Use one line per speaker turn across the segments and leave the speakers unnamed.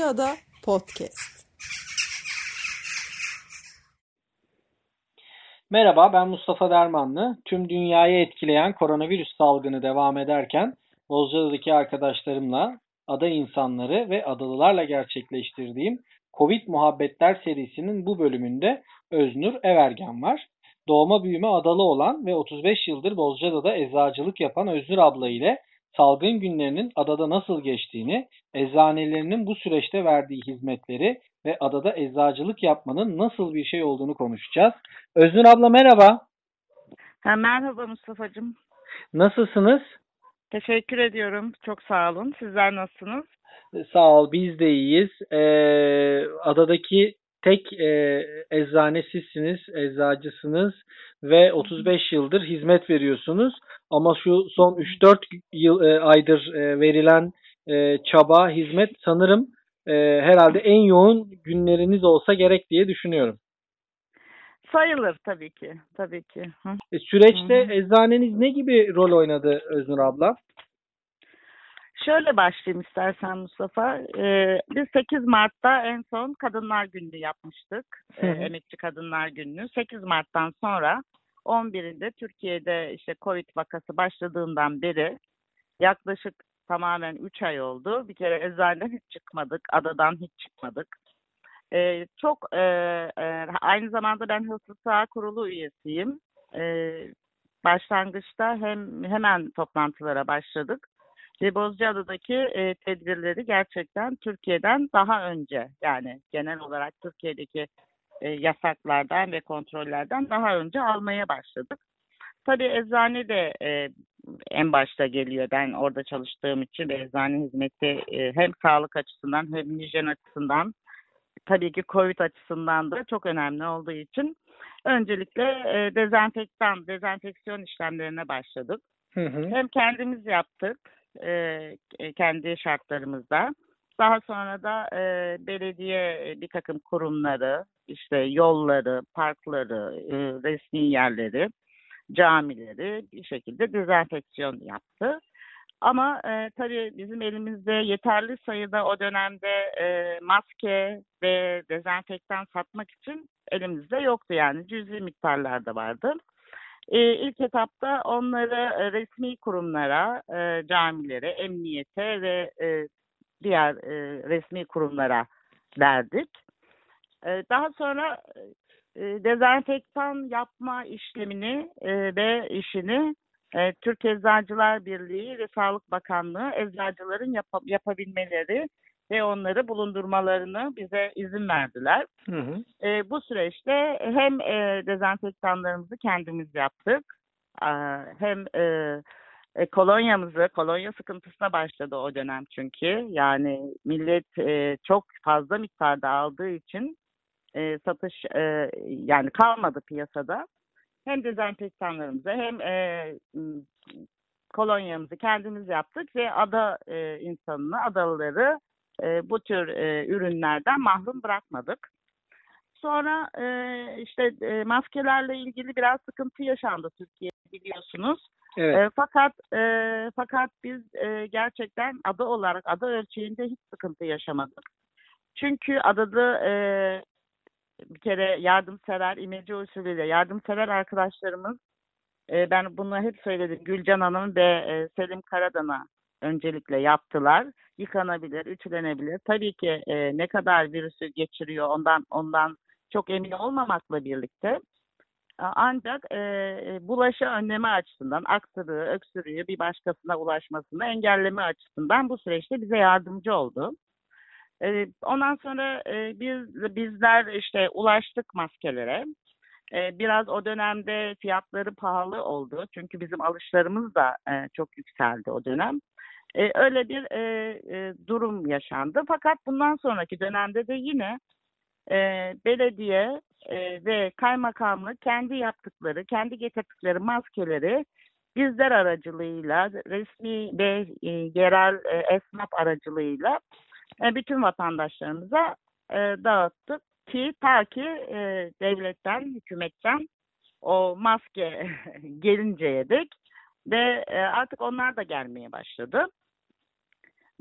Bozcaada Podcast.
Merhaba, ben Mustafa Dermanlı. Tüm dünyayı etkileyen koronavirüs salgını devam ederken Bozcaada'daki arkadaşlarımla ada insanları ve adalılarla gerçekleştirdiğim Covid Muhabbetler serisinin bu bölümünde Öznur Evergen var. Doğma büyüme adalı olan ve 35 yıldır Bozcaada'da eczacılık yapan Öznur abla ile salgın günlerinin adada nasıl geçtiğini, eczanelerinin bu süreçte verdiği hizmetleri ve adada eczacılık yapmanın nasıl bir şey olduğunu konuşacağız. Öznur abla merhaba.
Merhaba Mustafa'cığım.
Nasılsınız?
Teşekkür ediyorum. Çok sağ olun. Sizler nasılsınız?
Sağ ol, biz de iyiyiz. Adadaki tek eczane sizsiniz, eczacısınız ve 35 yıldır hizmet veriyorsunuz. Ama şu son 3-4 aydır verilen çaba, hizmet sanırım herhalde en yoğun günleriniz olsa gerek diye düşünüyorum.
Sayılır tabii ki. Tabii ki.
Süreçte eczaneniz ne gibi rol oynadı Öznur abla?
Şöyle başlayayım istersen Mustafa. Biz 8 Mart'ta en son Kadınlar Günü yapmıştık. Emekçi Kadınlar Günü. 8 Mart'tan sonra 11'inde Türkiye'de işte Covid vakası başladığından beri yaklaşık tamamen 3 ay oldu. Bir kere eczaneden hiç çıkmadık. Adadan hiç çıkmadık. Aynı zamanda ben Hıfzı Sağ Kurulu üyesiyim. Başlangıçta hemen toplantılara başladık. Ve Bozcaada'daki tedbirleri gerçekten Türkiye'den daha önce, yani genel olarak Türkiye'deki yasaklardan ve kontrollerden daha önce almaya başladık. Tabii eczane de en başta geliyor. Ben orada çalıştığım için eczane hizmeti hem sağlık açısından hem hijyen açısından, tabii ki Covid açısından da çok önemli olduğu için öncelikle dezenfeksiyon işlemlerine başladık. Hem kendimiz yaptık kendi şartlarımızda. Daha sonra da belediye bir takım kurumları, işte yolları, parkları, resmi yerleri, camileri bir şekilde dezenfeksiyon yaptı. Ama tabii bizim elimizde yeterli sayıda o dönemde maske ve dezenfektan satmak için elimizde yoktu, yani cüzi miktarlarda vardı. İlk etapta onları resmi kurumlara, camilere, emniyete ve diğer resmi kurumlara verdik. Daha sonra dezenfektan yapma işlemini ve işini Türk Eczacılar Birliği ve Sağlık Bakanlığı eczacıların yapabilmeleri ve onları bulundurmalarını bize izin verdiler. Bu süreçte hem dezenfektanlarımızı kendimiz yaptık, hem kolonya sıkıntısına başladı o dönem çünkü. Yani millet çok fazla miktarda aldığı için satış yani kalmadı piyasada. Hem dezenfektanlarımızı hem kolonyamızı kendimiz yaptık ve ada insanını, adalıları bu tür ürünlerden mahrum bırakmadık. Sonra maskelerle ilgili biraz sıkıntı yaşandı Türkiye'de, biliyorsunuz.
Evet.
Fakat biz gerçekten ada olarak, ada ölçeğinde hiç sıkıntı yaşamadık. Çünkü adada bir kere yardımsever, imece usulüyle yardımsever arkadaşlarımız, ben bunu hep söyledim, Gülcan Hanım ve Selim Karadan'a öncelikle yaptılar. Yıkanabilir, ütülenebilir. Tabii ki ne kadar virüsü geçiriyor ondan çok emin olmamakla birlikte, ancak bulaşı önleme açısından, aksırığı, öksürüğü bir başkasına ulaşmasını engelleme açısından bu süreçte bize yardımcı oldu. Ondan sonra bizler işte ulaştık maskelere. Biraz o dönemde fiyatları pahalı oldu. Çünkü bizim alışlarımız da çok yükseldi o dönem. Öyle bir durum yaşandı. Fakat bundan sonraki dönemde de yine belediye ve kaymakamlık kendi yaptıkları, kendi getirdikleri maskeleri bizler aracılığıyla, resmi ve yerel esnaf aracılığıyla bütün vatandaşlarımıza dağıttık ki ta ki devletten, hükümetten o maske gelinceye dek ve artık onlar da gelmeye başladı.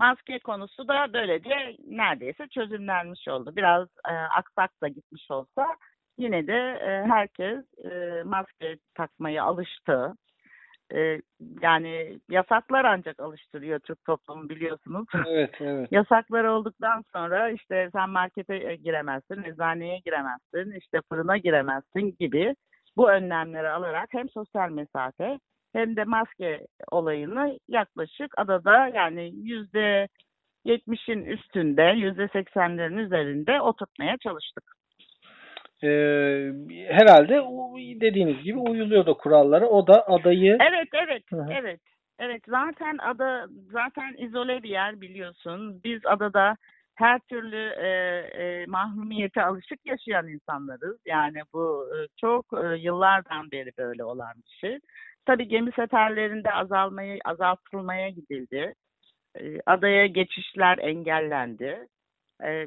maske konusu da böylece neredeyse çözümlenmiş oldu. Biraz aksak da gitmiş olsa yine de herkes maske takmaya alıştı. Yani yasaklar ancak alıştırıyor Türk toplumu, biliyorsunuz.
Evet, evet.
Yasaklar olduktan sonra işte sen markete giremezsin, eczaneye giremezsin, işte fırına giremezsin gibi bu önlemleri alarak hem sosyal mesafe hem de maske olayını yaklaşık adada yani %70'in üstünde, %80'lerin üzerinde oturtmaya çalıştık.
Herhalde dediğiniz gibi uyuluyor da kurallara. O da adayı...
Evet. Zaten izole bir yer, biliyorsun. Biz adada her türlü mahrumiyete alışık yaşayan insanlarız. Yani bu çok yıllardan beri böyle olan bir şey. Tabii gemi seferlerinde azaltılmaya gidildi. Adaya geçişler engellendi. E,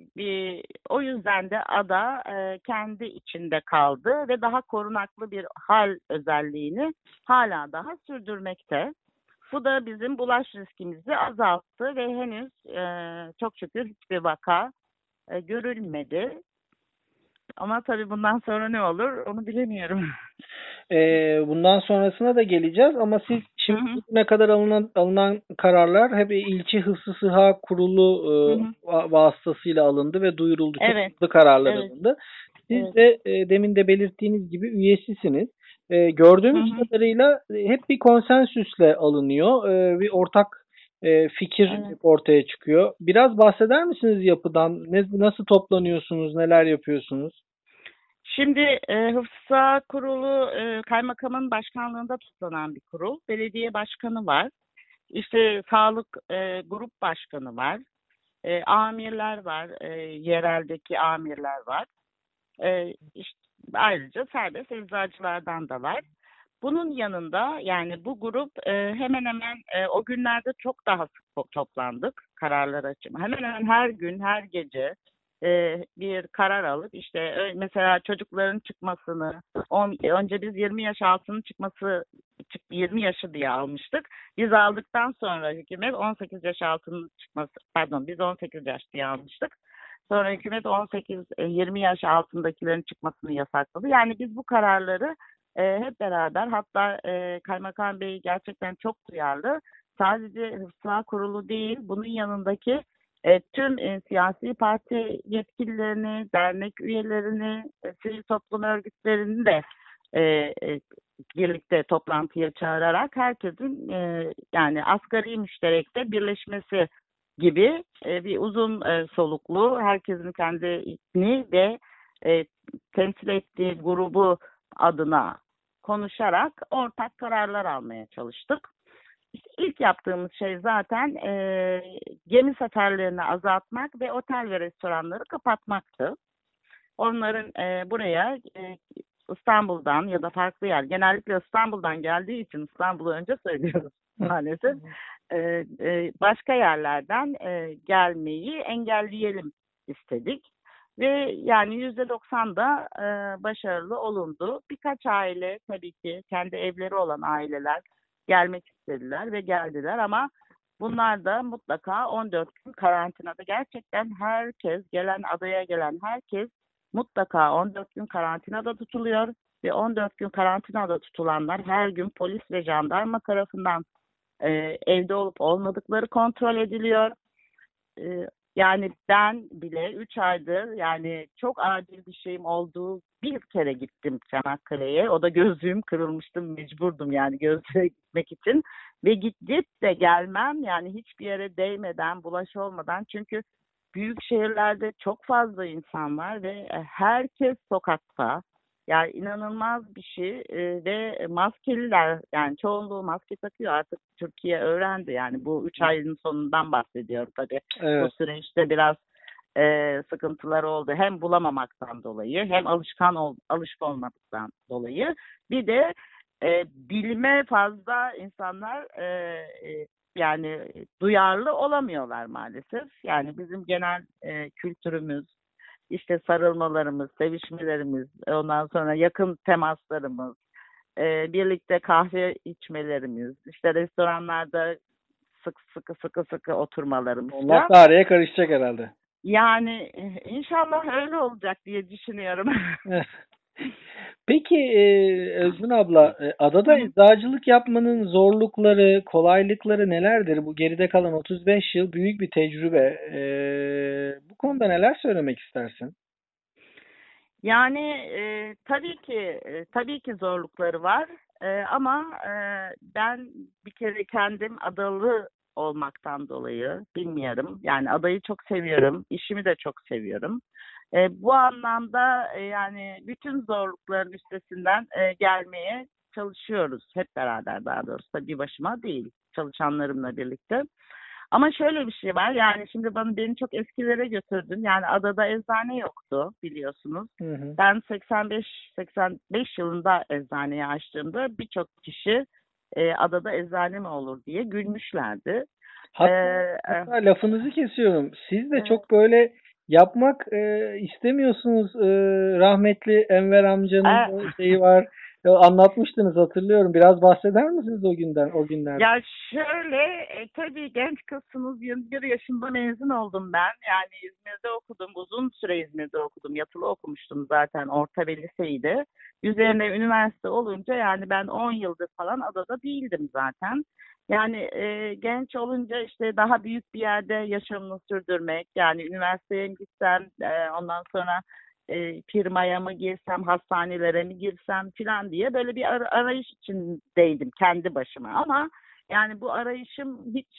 O yüzden de ada kendi içinde kaldı ve daha korunaklı bir hal özelliğini hala daha sürdürmekte. Bu da bizim bulaş riskimizi azalttı ve henüz çok şükür hiçbir vaka görülmedi. Ama tabii bundan sonra ne olur onu bilemiyorum.
Bundan sonrasına da geleceğiz ama siz şimdi bugüne kadar alınan kararlar hep ilçe Hıfzı Sıha Kurulu vasıtasıyla alındı ve duyuruldu. Çok hızlı kararlar alındı. Siz de demin de belirttiğiniz gibi üyesisiniz. Gördüğümüz kadarıyla hep bir konsensüsle alınıyor. Bir ortak fikir ortaya çıkıyor. Biraz bahseder misiniz yapıdan? Nasıl toplanıyorsunuz? Neler yapıyorsunuz?
Şimdi Hıfzı Kurulu kaymakamın başkanlığında toplanan bir kurul. Belediye başkanı var. İşte sağlık grup başkanı var. Amirler var. Yereldeki amirler var. İşte ayrıca serbest eczacılardan da var. Bunun yanında yani bu grup hemen hemen o günlerde çok daha sık toplandık kararlar açımı. Hemen hemen her gün, her gece bir karar alıp işte mesela çocukların çıkmasını önce biz 20 yaş altının 20 yaşı diye almıştık. Biz aldıktan sonra hükümet 18 yaş altının çıkması, pardon biz 18 yaş diye almıştık. Sonra hükümet 20 yaş altındakilerin çıkmasını yasakladı. Yani biz bu kararları hep beraber, hatta Kaymakam Bey gerçekten çok duyarlı. Sadece Hıfzı Kurulu değil, bunun yanındaki tüm siyasi parti yetkililerini, dernek üyelerini, sivil toplum örgütlerini de birlikte toplantıya çağırarak herkesin yani asgari müşterekte birleşmesi gibi bir uzun soluklu, herkesin kendini ve temsil ettiği grubu adına konuşarak ortak kararlar almaya çalıştık. İşte ilk yaptığımız şey zaten gemi seferlerini azaltmak ve otel ve restoranları kapatmaktı. Onların buraya İstanbul'dan ya da farklı yer, genellikle İstanbul'dan geldiği için İstanbul'u önce söylüyoruz maalesef. Başka yerlerden gelmeyi engelleyelim istedik. Ve yani %90 da başarılı olundu. Birkaç aile tabii ki kendi evleri olan aileler gelmek istediler ve geldiler ama bunlar da mutlaka 14 gün karantinada. Gerçekten herkes, adaya gelen herkes mutlaka 14 gün karantinada tutuluyor ve 14 gün karantinada tutulanlar her gün polis ve jandarma tarafından evde olup olmadıkları kontrol ediliyor. Yani ben bile 3 aydır yani çok acil bir şeyim olduğu bir kere gittim Çanakkale'ye. O da gözlüğüm kırılmıştım, mecburdum yani gözlüğe gitmek için. Ve gidip de gelmem yani hiçbir yere değmeden, bulaş olmadan. Çünkü büyük şehirlerde çok fazla insan var ve herkes sokakta. Yani inanılmaz bir şey ve maskeliler yani çoğunluğu maske takıyor, artık Türkiye öğrendi yani bu 3 ayın sonundan bahsediyorum tabii.
Evet.
Bu süreçte biraz sıkıntılar oldu hem bulamamaktan dolayı hem alışık olmadıktan dolayı bir de bilime fazla insanlar yani duyarlı olamıyorlar maalesef. Yani bizim genel kültürümüz, İşte sarılmalarımız, sevişmelerimiz, ondan sonra yakın temaslarımız, birlikte kahve içmelerimiz, işte restoranlarda sıkı oturmalarımız.
Onlar da araya karışacak herhalde.
Yani inşallah öyle olacak diye düşünüyorum.
Peki Özgün abla, adada eczacılık yapmanın zorlukları, kolaylıkları nelerdir? Bu geride kalan 35 yıl büyük bir tecrübe. Bu konuda neler söylemek istersin?
Yani tabii ki zorlukları var. Ama ben bir kere kendim adalı olmaktan dolayı bilmiyorum. Yani adayı çok seviyorum, işimi de çok seviyorum. Bu anlamda yani bütün zorlukların üstesinden gelmeye çalışıyoruz hep beraber, daha doğrusu da bir başıma değil, çalışanlarımla birlikte. Ama şöyle bir şey var, yani şimdi beni çok eskilere götürdün. Yani adada eczane yoktu, biliyorsunuz.
Hı hı.
Ben 85 yılında eczaneyi açtığımda birçok kişi adada eczane mi olur diye gülmüşlerdi.
Hatta lafınızı kesiyorum. Siz de
Evet.
çok böyle yapmak istemiyorsunuz. Rahmetli Enver amcanın o şeyi var. Anlatmıştınız, hatırlıyorum. Biraz bahseder misiniz o günlerden?
Ya şöyle, tabii genç kızsınız, 21 yaşında mezun oldum ben. Yani İzmir'de okudum, uzun süre İzmir'de okudum. Yatılı okumuştum zaten, orta ve liseydi. Üzerine üniversite olunca yani ben 10 yıldır falan adada değildim zaten. Yani genç olunca işte daha büyük bir yerde yaşamını sürdürmek, yani üniversiteye mi gitsem, ondan sonra firmaya mı girsem, hastanelere mi girsem falan diye böyle bir arayış içindeydim kendi başıma. Ama yani bu arayışım hiç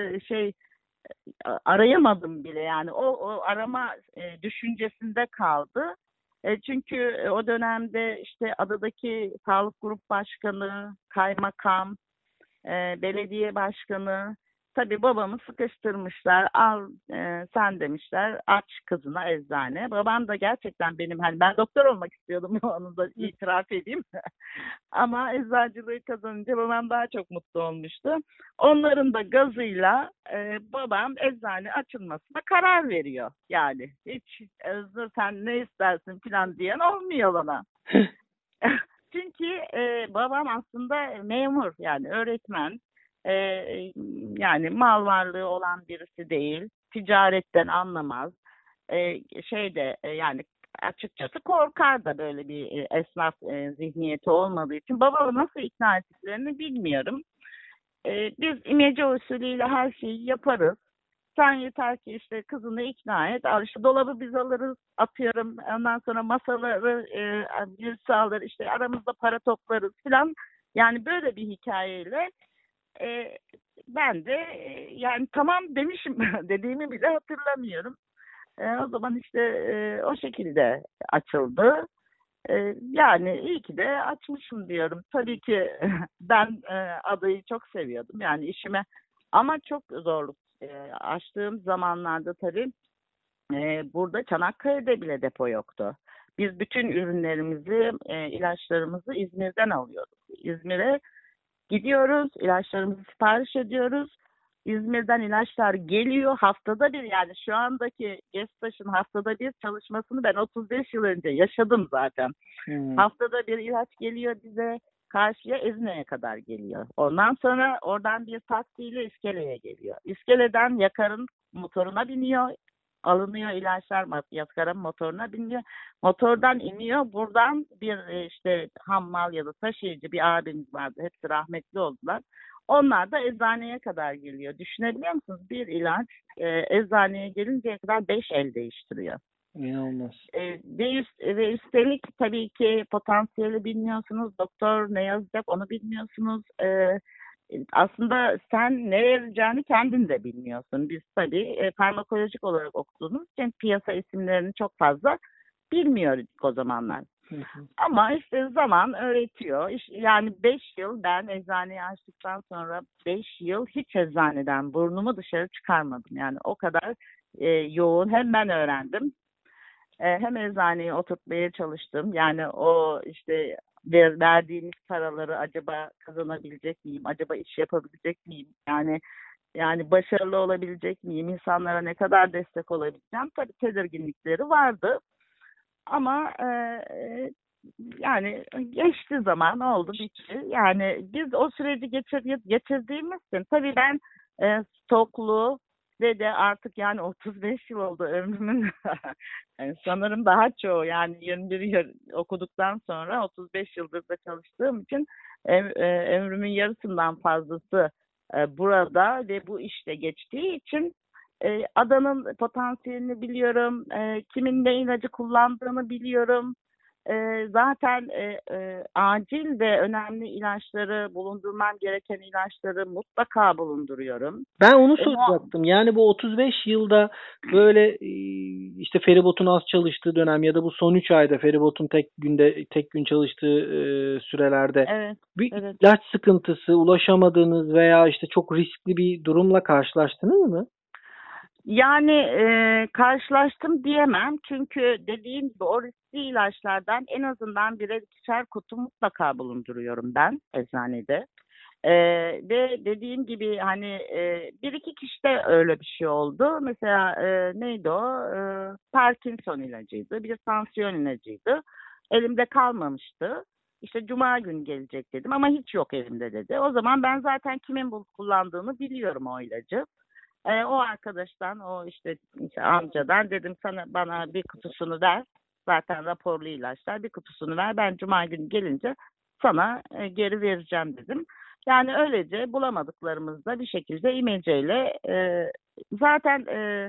arayamadım bile, yani o arama düşüncesinde kaldı. Çünkü o dönemde işte adadaki sağlık grup başkanı, kaymakam, belediye başkanı, tabii babamı sıkıştırmışlar. Al sen demişler, aç kızına eczane. Babam da gerçekten benim, hani ben doktor olmak istiyordum, onu da itiraf edeyim. Ama eczacılığı kazanınca babam daha çok mutlu olmuştu. Onların da gazıyla babam eczane açılmasına karar veriyor. Yani hiç Özgür sen ne istersin falan diyen olmuyor bana. Çünkü babam aslında memur, yani öğretmen. E, Yani mal varlığı olan birisi değil. Ticaretten anlamaz. Yani açıkçası korkar da, böyle bir esnaf zihniyeti olmadığı için. Babamı nasıl ikna ettiklerini bilmiyorum. Biz imece usulüyle her şeyi yaparız. Sen yeter ki işte kızını ikna et. Al işte dolabı biz alırız, atıyorum. Ondan sonra masaları birisi alır. İşte aramızda para toplarız falan. Yani böyle bir hikayeyle e, ben de yani tamam demişim dediğimi bile hatırlamıyorum. O zaman işte o şekilde açıldı. Yani iyi ki de açmışım diyorum. Tabii ki ben adayı çok seviyordum. Yani işime, ama çok zorluk açtığım zamanlarda tabii burada Çanakkale'de bile depo yoktu. Biz bütün ürünlerimizi, ilaçlarımızı İzmir'den alıyorduk. İzmir'e gidiyoruz, ilaçlarımızı sipariş ediyoruz. İzmir'den ilaçlar geliyor haftada bir, yani şu andaki Gestaş'ın haftada bir çalışmasını ben 35 yıl önce yaşadım zaten. Haftada bir ilaç geliyor bize, karşıya Ezine'ye kadar geliyor. Ondan sonra oradan bir taksiyle İskele'ye geliyor. İskele'den yakarın motoruna biniyor, alınıyor ilaçlar, yakarın motoruna biniyor. Motordan iniyor. Buradan bir işte hammal ya da taşıyıcı bir abimiz vardı. Hepsi rahmetli oldular. Onlar da eczaneye kadar geliyor. Düşünebiliyor musunuz? Bir ilaç eczaneye gelinceye kadar 5 el değiştiriyor.
İnanılmaz.
Ve üstelik tabii ki potansiyeli bilmiyorsunuz. Doktor ne yazacak onu bilmiyorsunuz. Aslında sen ne vereceğini kendin de bilmiyorsun. Biz tabii farmakolojik olarak okuduğumuz için piyasa isimlerini çok fazla bilmiyorduk o zamanlar. Ama işte zaman öğretiyor. Yani 5 yıl, ben eczaneyi açtıktan sonra 5 yıl hiç eczaneden burnumu dışarı çıkarmadım. Yani o kadar yoğun, hem ben öğrendim hem eczaneyi oturtmaya çalıştım. Yani o işte verdiğimiz paraları acaba kazanabilecek miyim? Acaba iş yapabilecek miyim? Yani başarılı olabilecek miyim? İnsanlara ne kadar destek olabileceğim? Tabii tedirginlikleri vardı. Ama yani geçti, zaman oldu, bitti. Yani biz o süreci geçirdiğimiz için tabii ben stoklu ve de artık yani 35 yıl oldu ömrümün. Yani sanırım daha çoğu, yani 21 yıl okuduktan sonra 35 yıldır da çalıştığım için ömrümün yarısından fazlası burada ve bu işte geçtiği için adanın potansiyelini biliyorum. Kimin ne ilacı kullandığını biliyorum. Zaten acil ve önemli ilaçları, bulundurmam gereken ilaçları mutlaka bulunduruyorum.
Ben onu
Bu
soracaktım. Yani bu 35 yılda böyle işte feribotun az çalıştığı dönem ya da bu son 3 ayda feribotun tek gün çalıştığı sürelerde
evet,
bir
evet.
ilaç sıkıntısı, ulaşamadığınız veya işte çok riskli bir durumla karşılaştınız mı?
Yani karşılaştım diyemem. Çünkü dediğim gibi o riskli ilaçlardan en azından birer ikişer kutu mutlaka bulunduruyorum ben eczanede. Ve dediğim gibi hani bir iki kişide öyle bir şey oldu. Mesela neydi o? Parkinson ilacıydı, bir tansiyon ilacıydı. Elimde kalmamıştı. İşte cuma günü gelecek dedim ama hiç yok elimde dedi. O zaman ben zaten kimin kullandığını biliyorum o ilacı. O arkadaştan, o işte amcadan dedim, bana bir kutusunu ver. Zaten raporlu ilaçlar, bir kutusunu ver. Ben cuma günü gelince sana geri vereceğim dedim. Yani öylece bulamadıklarımızda bir şekilde imeceyle zaten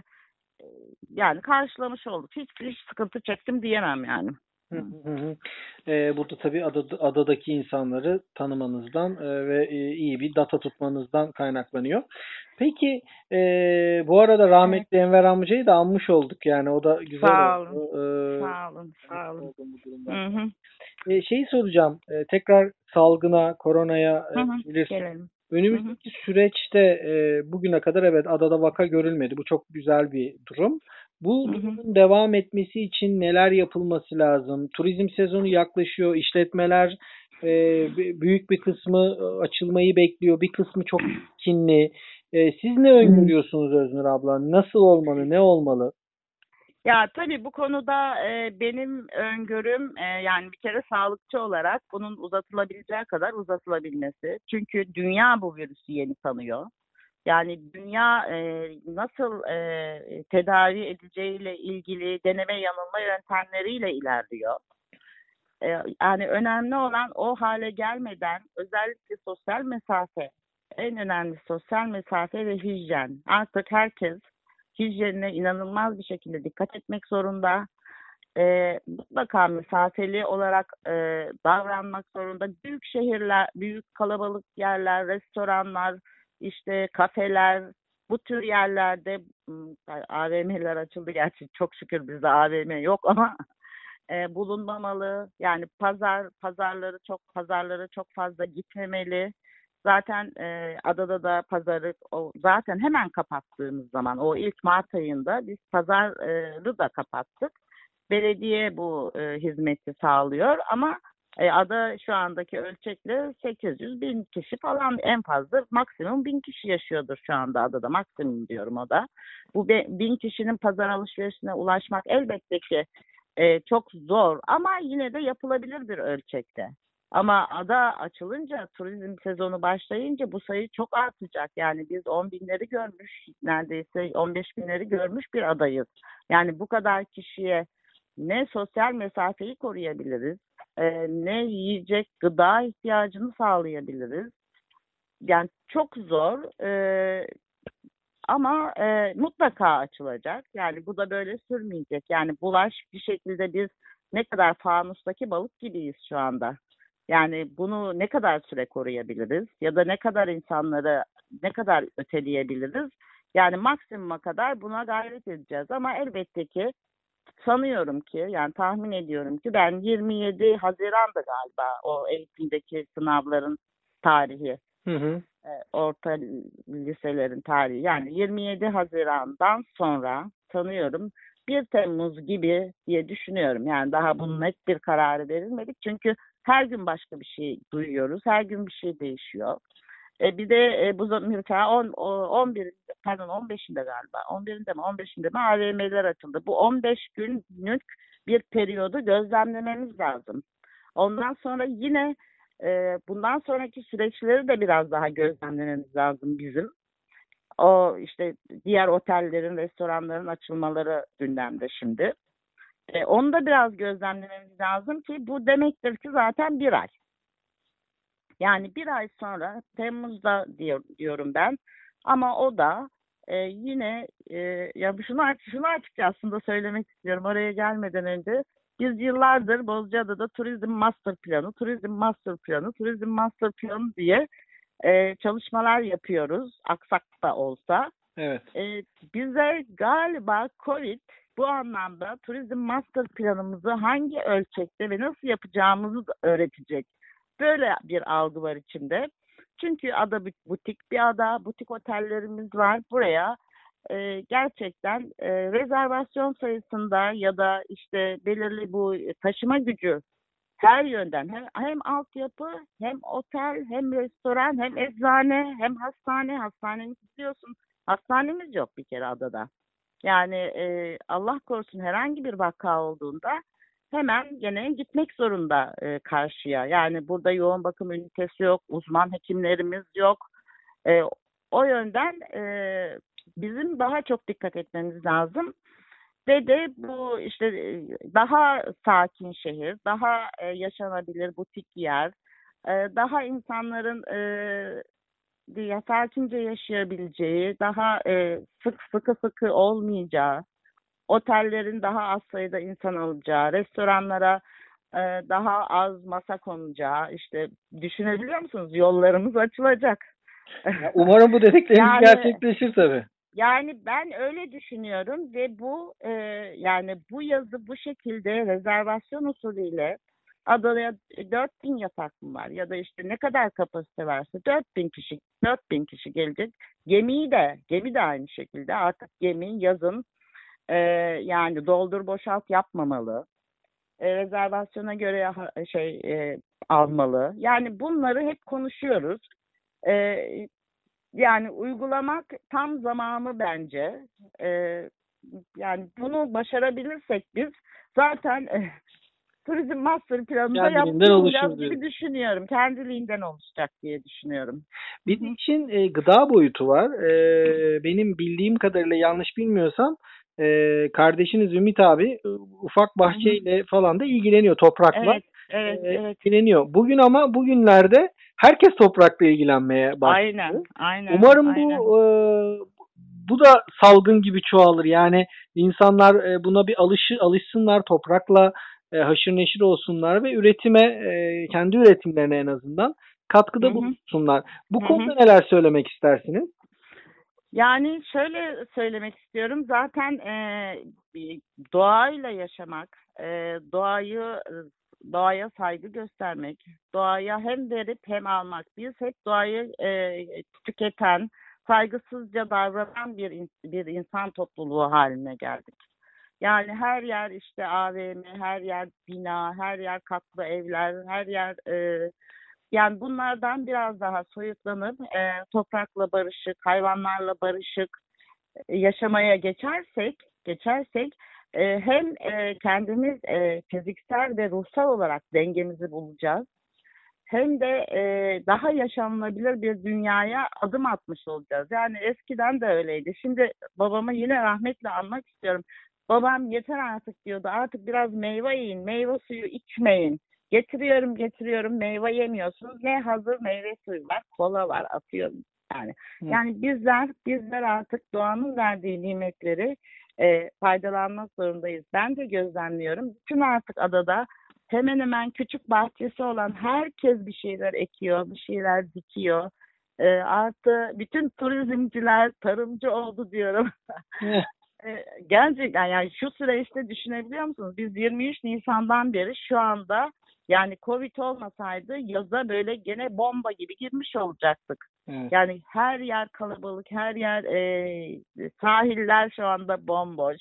yani karşılamış olduk. Hiç sıkıntı çektim diyemem yani.
Hı hı hı. Burada tabii adadaki insanları tanımanızdan ve iyi bir data tutmanızdan kaynaklanıyor. Peki bu arada
Evet.
rahmetli Enver amcayı da anmış olduk, yani o da güzel
Sağ
oldu.
olun. Sağ olun. Sağ olun.
Oldum bu
Hı
durumdan.
hı.
Şeyi soracağım. Tekrar salgına, koronaya
Hı hı.
gelirsin.
Gelelim. Hı hı.
Önümüzdeki süreçte bugüne kadar evet adada vaka görülmedi. Bu çok güzel bir durum. Bu
Hı hı.
durumun devam etmesi için neler yapılması lazım? Turizm sezonu yaklaşıyor. İşletmeler büyük bir kısmı açılmayı bekliyor. Bir kısmı çok kinli. Siz ne öngörüyorsunuz Öznur abla? Nasıl olmalı? Ne olmalı?
Ya tabii bu konuda benim öngörüm yani bir kere sağlıkçı olarak bunun uzatılabileceği kadar uzatılabilmesi. Çünkü dünya bu virüsü yeni tanıyor. Yani dünya nasıl tedavi edeceğiyle ilgili deneme yanılma yöntemleriyle ilerliyor. Yani önemli olan o hale gelmeden özellikle sosyal mesafe, en önemli sosyal mesafe ve hijyen. Artık herkes hijyenine inanılmaz bir şekilde dikkat etmek zorunda. Mutlaka mesafeli olarak davranmak zorunda. Büyük şehirler, büyük kalabalık yerler, restoranlar, işte kafeler, bu tür yerlerde AVM'ler açıldı. Gerçi çok şükür bizde AVM yok ama bulunmamalı. Yani pazarları çok fazla gitmemeli. Zaten adada da pazarı zaten hemen kapattığımız zaman o ilk Mart ayında biz pazarı da kapattık. Belediye bu hizmeti sağlıyor ama ada şu andaki ölçekle 800 bin kişi falan, en fazla maksimum 1000 kişi yaşıyordur şu anda adada, maksimum diyorum o da. Bu 1000 kişinin pazar alışverişine ulaşmak elbette ki çok zor ama yine de yapılabilir bir ölçekte. Ama ada açılınca, turizm sezonu başlayınca bu sayı çok artacak. Yani biz 10 binleri görmüş, neredeyse 15 binleri görmüş bir adayız. Yani bu kadar kişiye ne sosyal mesafeyi koruyabiliriz, ne yiyecek gıda ihtiyacını sağlayabiliriz. Yani çok zor. Ama mutlaka açılacak. Yani bu da böyle sürmeyecek. Yani bulaş bir şekilde, biz ne kadar fanustaki balık gibiyiz şu anda. Yani bunu ne kadar süre koruyabiliriz ya da ne kadar insanları ne kadar öteleyebiliriz? Yani maksimuma kadar buna gayret edeceğiz ama elbette ki sanıyorum ki, yani tahmin ediyorum ki, ben 27 Haziran'da galiba o eğitimdeki sınavların tarihi,
Hı hı.
orta liselerin tarihi. Yani 27 Haziran'dan sonra sanıyorum 1 Temmuz gibi diye düşünüyorum. Yani daha bunun net bir kararı verilmedi. Çünkü her gün başka bir şey duyuyoruz. Her gün bir şey değişiyor. Bir de bu mesela 11'inde, pardon 15'inde galiba. 11'inde mi 15'inde mi AVM'ler açıldı. Bu 15 günlük bir periyodu gözlemlememiz lazım. Ondan sonra yine bundan sonraki süreçleri de biraz daha gözlemlememiz lazım bizim. o işte diğer otellerin, restoranların açılmaları gündemde şimdi. Onu da biraz gözlemlememiz lazım ki bu demektir ki zaten bir ay. Yani bir ay sonra Temmuz'da diyorum ben. Ama o da yine ya şunu açıkça aslında söylemek istiyorum oraya gelmeden önce. Biz yıllardır Bozcaada'da turizm master planı, turizm master planı, turizm master planı diye çalışmalar yapıyoruz. Aksak da olsa.
Evet.
Bize galiba Covid bu anlamda turizm master planımızı hangi ölçekte ve nasıl yapacağımızı da öğretecek. Böyle bir algı var içimde. Çünkü ada butik bir ada, butik otellerimiz var. Buraya gerçekten rezervasyon sayısında ya da işte belirli bu taşıma gücü her yönden hem altyapı hem otel hem restoran hem eczane hem hastanemiz biliyorsun hastanemiz yok bir kere adada. Yani Allah korusun herhangi bir vaka olduğunda hemen gene gitmek zorunda karşıya. Yani burada yoğun bakım ünitesi yok, uzman hekimlerimiz yok. E, O yönden bizim daha çok dikkat etmemiz lazım. Ve de bu işte daha sakin şehir, daha yaşanabilir butik yer, daha insanların sakince yaşayabileceği, daha sıkı olmayacağı, otellerin daha az sayıda insan alacağı, restoranlara daha az masa konacağı, işte düşünebiliyor musunuz? Yollarımız açılacak.
Ya umarım bu dedikleriniz gerçekleşir tabii.
Yani ben öyle düşünüyorum ve bu yani bu yazı bu şekilde rezervasyon usulüyle adaya 4000 yatak mı var ya da işte ne kadar kapasite varsa 4000 kişi gelecek. Gemi de aynı şekilde artık gemi yazın yani doldur boşalt yapmamalı. Rezervasyona göre almalı. Yani bunları hep konuşuyoruz. Yani uygulamak tam zamanı bence. Yani bunu başarabilirsek biz zaten turizm master planında yaptığımız gibi düşünüyorum. Kendiliğinden oluşacak diye düşünüyorum.
Bir işin gıda boyutu var. Benim bildiğim kadarıyla yanlış bilmiyorsam kardeşiniz Ümit abi ufak bahçeyle falan da ilgileniyor toprakla.
Evet.
İlgileniyor. Bugünlerde herkes toprakla ilgilenmeye başladı.
Aynen.
Umarım bu da salgın gibi çoğalır. Yani insanlar buna bir alışsınlar, toprakla haşır neşir olsunlar ve kendi üretimlerine en azından katkıda bulunsunlar. Bu konuda neler söylemek istersiniz?
Yani şöyle söylemek istiyorum. Zaten doğayla yaşamak, doğaya saygı göstermek, doğaya hem verip hem almak. Biz hep doğayı tüketen, saygısızca davranan bir insan topluluğu haline geldik. Yani her yer işte AVM, her yer bina, her yer katlı evler, her yer yani bunlardan biraz daha soyutlanıp toprakla barışık, hayvanlarla barışık yaşamaya geçersek hem kendimiz fiziksel ve ruhsal olarak dengemizi bulacağız. Hem de daha yaşanılabilir bir dünyaya adım atmış olacağız. Yani eskiden de öyleydi. Şimdi babamı yine rahmetle anmak istiyorum. Babam yeter artık diyordu. Artık biraz meyve yiyin, meyve suyu içmeyin. Getiriyorum meyve yemiyorsunuz. Ne hazır meyve suyu var, kola var atıyorum. Yani bizler artık doğanın verdiği nimetleri faydalanmak zorundayız. Ben de gözlemliyorum. Bütün artık adada hemen hemen küçük bahçesi olan herkes bir şeyler ekiyor, bir şeyler dikiyor. Artı bütün turizmciler tarımcı oldu diyorum. Gerçekten yani şu süreçte düşünebiliyor musunuz? Biz 23 Nisan'dan beri şu anda yani Covid olmasaydı yaza böyle gene bomba gibi girmiş olacaktık.
Evet.
Yani her yer kalabalık, her yer sahiller şu anda bomboş.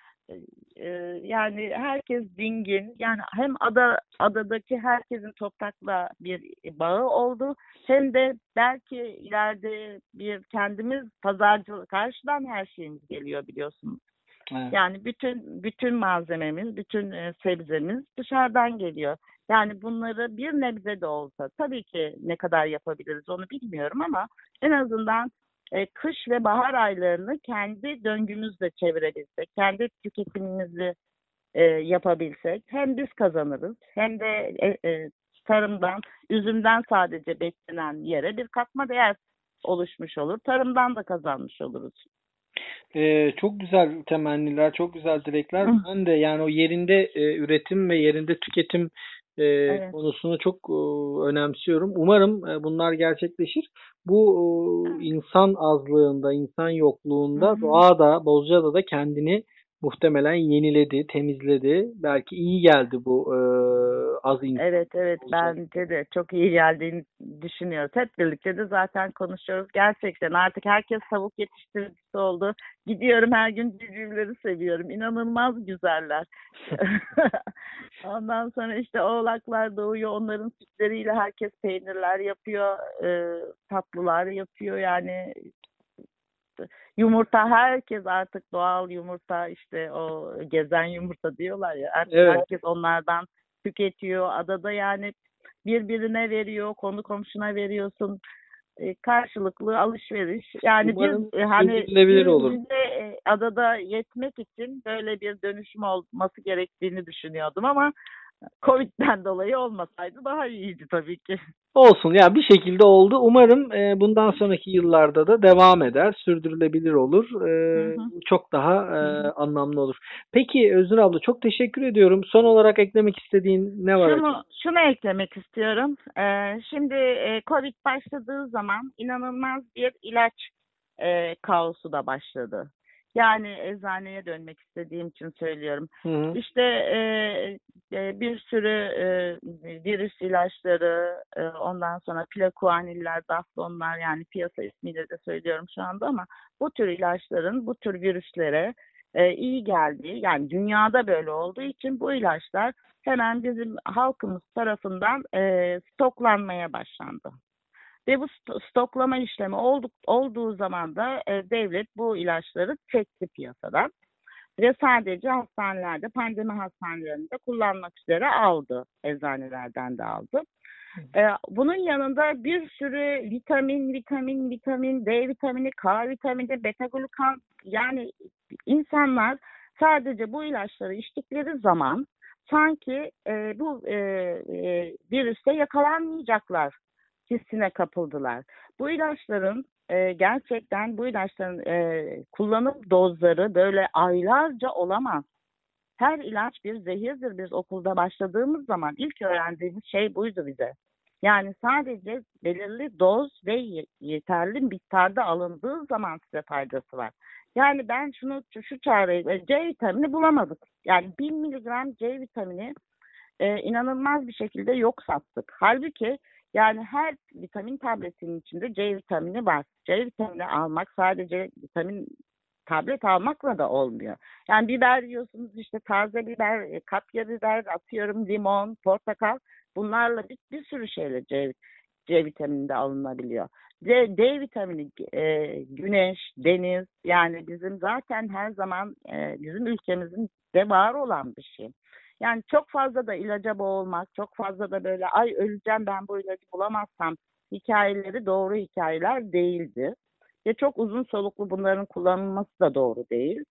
Yani herkes dingin. Yani hem adadaki herkesin toprakla bir bağı oldu. Hem de belki ileride bir kendimiz pazarcılık karşıdan her şeyimiz geliyor biliyorsunuz. Evet. Yani bütün malzememiz, bütün sebzemiz dışarıdan geliyor. Yani bunları bir nebze de olsa tabii ki ne kadar yapabiliriz onu bilmiyorum ama en azından kış ve bahar aylarını kendi döngümüzle çevirebilsek, kendi tüketimimizi yapabilsek hem biz kazanırız hem de tarımdan, üzümden sadece beslenen yere bir katma değer oluşmuş olur. Tarımdan da kazanmış oluruz.
Çok güzel temenniler, çok güzel dilekler. Ben de yani o yerinde üretim ve yerinde tüketim
Evet.
konusunu çok önemsiyorum. Umarım bunlar gerçekleşir. Bu insan azlığında, insan yokluğunda doğa da, Bozcaada da kendini muhtemelen yeniledi, temizledi. Belki iyi geldi bu az insan.
Evet,
Bozcaada.
bence de çok iyi geldiğini düşünüyoruz. Hep birlikte de zaten konuşuyoruz. Gerçekten artık herkes tavuk yetiştiricisi oldu. Gidiyorum her gün civcivleri seviyorum. İnanılmaz güzeller. Ondan sonra işte oğlaklar doğuyor. Onların sütleriyle herkes peynirler yapıyor. Tatlılar yapıyor. Yani yumurta, herkes artık doğal yumurta, işte o gezen yumurta diyorlar ya, artık
Evet.
herkes onlardan tüketiyor. Adada yani birbirine veriyor, konu komşuna veriyorsun. Karşılıklı alışveriş. Yani
Umarım
biz hani
sürdürülebilir olur.
bize adada yetmek için böyle bir dönüşüm olması gerektiğini düşünüyordum ama Covid'den dolayı olmasaydı daha iyiydi tabii ki.
Olsun ya, bir şekilde oldu. Umarım bundan sonraki yıllarda da devam eder, sürdürülebilir olur.
Hı hı.
Çok daha anlamlı olur. Peki Özgür abla, çok teşekkür ediyorum. Son olarak eklemek istediğin ne var acaba?
Şunu eklemek istiyorum. Şimdi Covid başladığı zaman inanılmaz bir ilaç kaosu da başladı. Yani eczaneye dönmek istediğim için söylüyorum.
Hı hı.
İşte bir sürü virüs ilaçları, ondan sonra plakuaniller, daflonlar, yani piyasa ismiyle de söylüyorum şu anda, ama bu tür ilaçların bu tür virüslere iyi geldiği, yani dünyada böyle olduğu için bu ilaçlar hemen bizim halkımız tarafından stoklanmaya başlandı. Ve bu stoklama işlemi olduğu zaman da devlet bu ilaçları çekti piyasadan ve sadece hastanelerde, pandemi hastanelerinde kullanmak üzere aldı. Eczanelerden de aldı. Bunun yanında bir sürü vitamin, D vitamini, K vitamini, beta glukan, yani insanlar sadece bu ilaçları içtikleri zaman sanki bu virüste yakalanmayacaklar hissine kapıldılar. Bu ilaçların gerçekten kullanım dozları böyle aylarca olamaz. Her ilaç bir zehirdir. Biz okulda başladığımız zaman ilk öğrendiğimiz şey buydu bize. Yani sadece belirli doz ve yeterli miktarda alındığı zaman size faydası var. Yani ben şu çareyi, C vitamini bulamadık. Yani 1000 miligram C vitamini inanılmaz bir şekilde yok sattık. Halbuki yani her vitamin tabletinin içinde C vitamini var. C vitamini almak sadece vitamin tablet almakla da olmuyor. Yani biber yiyorsunuz, işte taze biber, kapya biber, atıyorum limon, portakal, bunlarla bir sürü şeyle C vitamini de alınabiliyor. D vitamini güneş, deniz, yani bizim zaten her zaman bizim ülkemizin de var olan bir şey. Yani çok fazla da ilaca boğulmak, çok fazla da böyle ay öleceğim ben bu ilacı bulamazsam hikayeleri doğru hikayeler değildi. Ve çok uzun soluklu bunların kullanılması da doğru değil.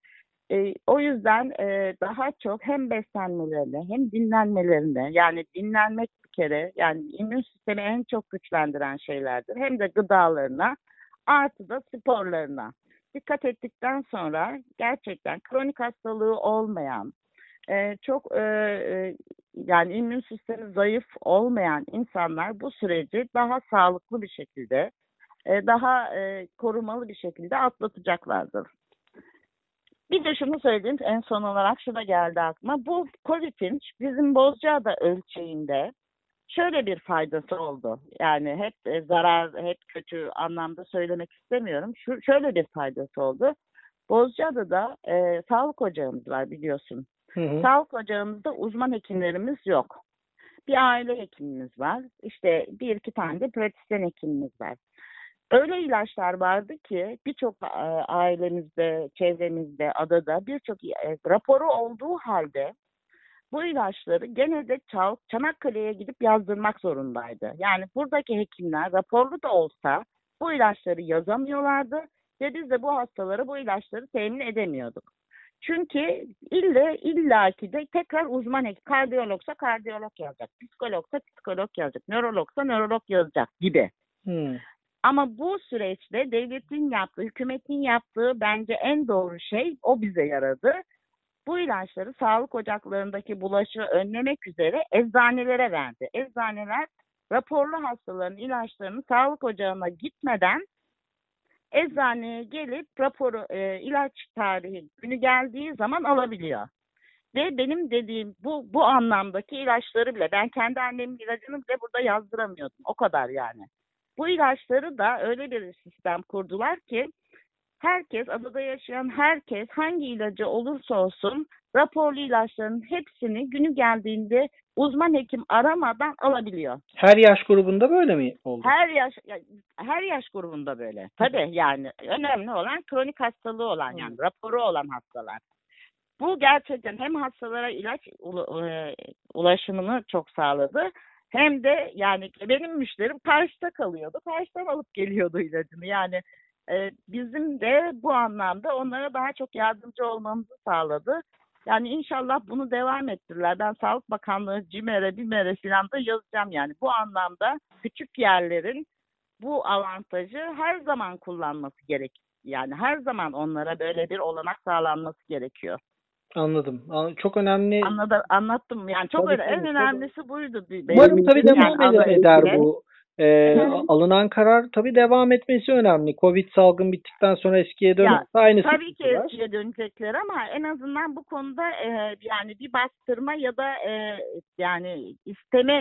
O yüzden daha çok hem beslenmelerine hem dinlenmelerine, yani dinlenmek bir kere, yani immün sistemi en çok güçlendiren şeylerdir. Hem de gıdalarına, artı da sporlarına dikkat ettikten sonra gerçekten kronik hastalığı olmayan, çok yani immün sistemi zayıf olmayan insanlar bu süreci daha sağlıklı bir şekilde, daha korumalı bir şekilde atlatacaklardır. Bir de şunu söyleyeyim, en son olarak şu da geldi aklıma. Bu Covid'in bizim Bozcaada ölçeğinde şöyle bir faydası oldu. Yani hep zarar, hep kötü anlamda söylemek istemiyorum. Şöyle bir faydası oldu. Bozcaada'da sağlık ocağımız var, biliyorsun.
Hı hı.
Sağlık ocağımızda uzman hekimlerimiz yok. Bir aile hekimimiz var. İşte bir iki tane de pratisyen hekimimiz var. Öyle ilaçlar vardı ki birçok ailemizde, çevremizde, adada birçok raporu olduğu halde bu ilaçları gene de Çanakkale'ye gidip yazdırmak zorundaydı. Yani buradaki hekimler raporlu da olsa Bu ilaçları yazamıyorlardı ve biz de bu hastalara bu ilaçları temin edemiyorduk. Çünkü illaki de tekrar uzman hekim, kardiyologsa kardiyolog yazacak, psikologsa psikolog yazacak, nörologsa nörolog yazacak gibi. Ama bu süreçte devletin yaptığı, hükümetin yaptığı bence en doğru şey o bize yaradı. Bu ilaçları sağlık ocaklarındaki bulaşı önlemek üzere eczanelere verdi. Eczaneler raporlu hastaların ilaçlarını sağlık ocağına gitmeden eczaneye gelip raporu, ilaç tarihi günü geldiği zaman alabiliyor. Ve benim dediğim bu anlamdaki ilaçları bile, ben kendi annemin ilacını bile burada yazdıramıyordum. O kadar yani. Bu ilaçları da öyle bir sistem kurdular ki herkes, adada yaşayan herkes hangi ilacı olursa olsun raporlu ilaçların hepsini günü geldiğinde uzman hekim aramadan alabiliyor.
Her yaş grubunda böyle mi oldu?
Her yaş grubunda böyle. Tabii yani önemli olan kronik hastalığı olan yani raporu olan hastalar. Bu gerçekten hem hastalara ilaç ulaşımını çok sağladı. Hem de yani benim müşterim karşıda kalıyordu. Karşıdan alıp geliyordu ilacını. Yani bizim de bu anlamda onlara daha çok yardımcı olmamızı sağladı. Yani inşallah bunu devam ettirirler. Ben Sağlık Bakanlığı BİMER'e falan da yazacağım yani. Bu anlamda küçük yerlerin bu avantajı her zaman kullanması gerek. Yani her zaman onlara böyle bir olanak sağlanması gerekiyor.
Anladım. Çok önemli.
Anlattım. Yani çok öyle. En önemlisi buydu.
Umarım tabii devam eder bu. Alınan karar tabii devam etmesi önemli. Covid salgın bittikten sonra eskiye dönüşse aynı
tabii ki eskiye dönecekler ama en azından bu konuda yani bir bastırma ya da yani isteme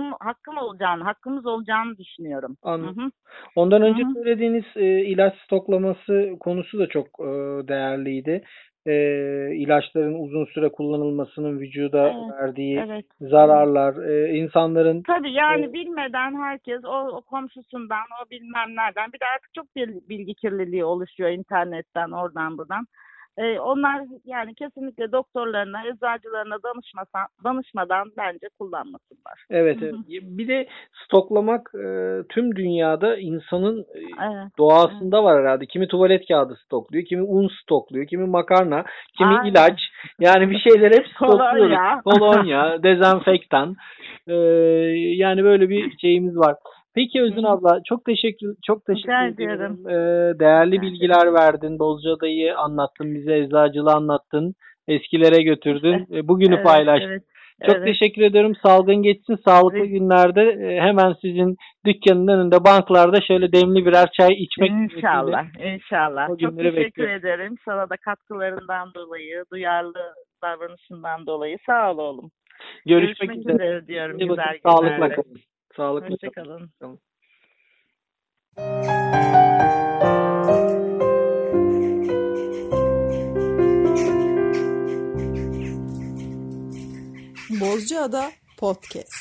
hakkımız olacağını düşünüyorum.
Anladım. Ondan önce söylediğiniz ilaç stoklaması konusu da çok değerliydi. İlaçların uzun süre kullanılmasının vücuda verdiği zararlar, insanların...
Tabii yani bilmeden herkes o komşusundan, o bilmem nereden, bir de artık çok bilgi kirliliği oluşuyor internetten, oradan buradan. Onlar yani kesinlikle doktorlarına, eczacılarına danışmadan bence kullanmasınlar.
Evet. Bir de stoklamak tüm dünyada insanın doğasında var herhalde. Kimi tuvalet kağıdı stokluyor, kimi un stokluyor, kimi makarna, kimi ilaç. Yani bir şeyler hep stokluyoruz. Kolonya, dezenfektan. Yani böyle bir şeyimiz var. Peki Özün abla çok teşekkür ederim. Değerli bilgiler verdin. Bozcaada'yı anlattın, bize eczacılığı anlattın. Eskilere götürdün. Bugünü paylaştın. Çok teşekkür ederim. Salgın geçsin. Sağlıklı günlerde hemen sizin dükkanın önünde banklarda şöyle demli birer çay içmek.
İnşallah. Çok teşekkür ederim. Sana da katkılarından dolayı, duyarlı davranışından dolayı sağ ol oğlum. Görüşmek üzere diyorum. Güzel
sağlıkla kalın. Sağlıklı
Hoşçakalın.
Bozcaada Podcast.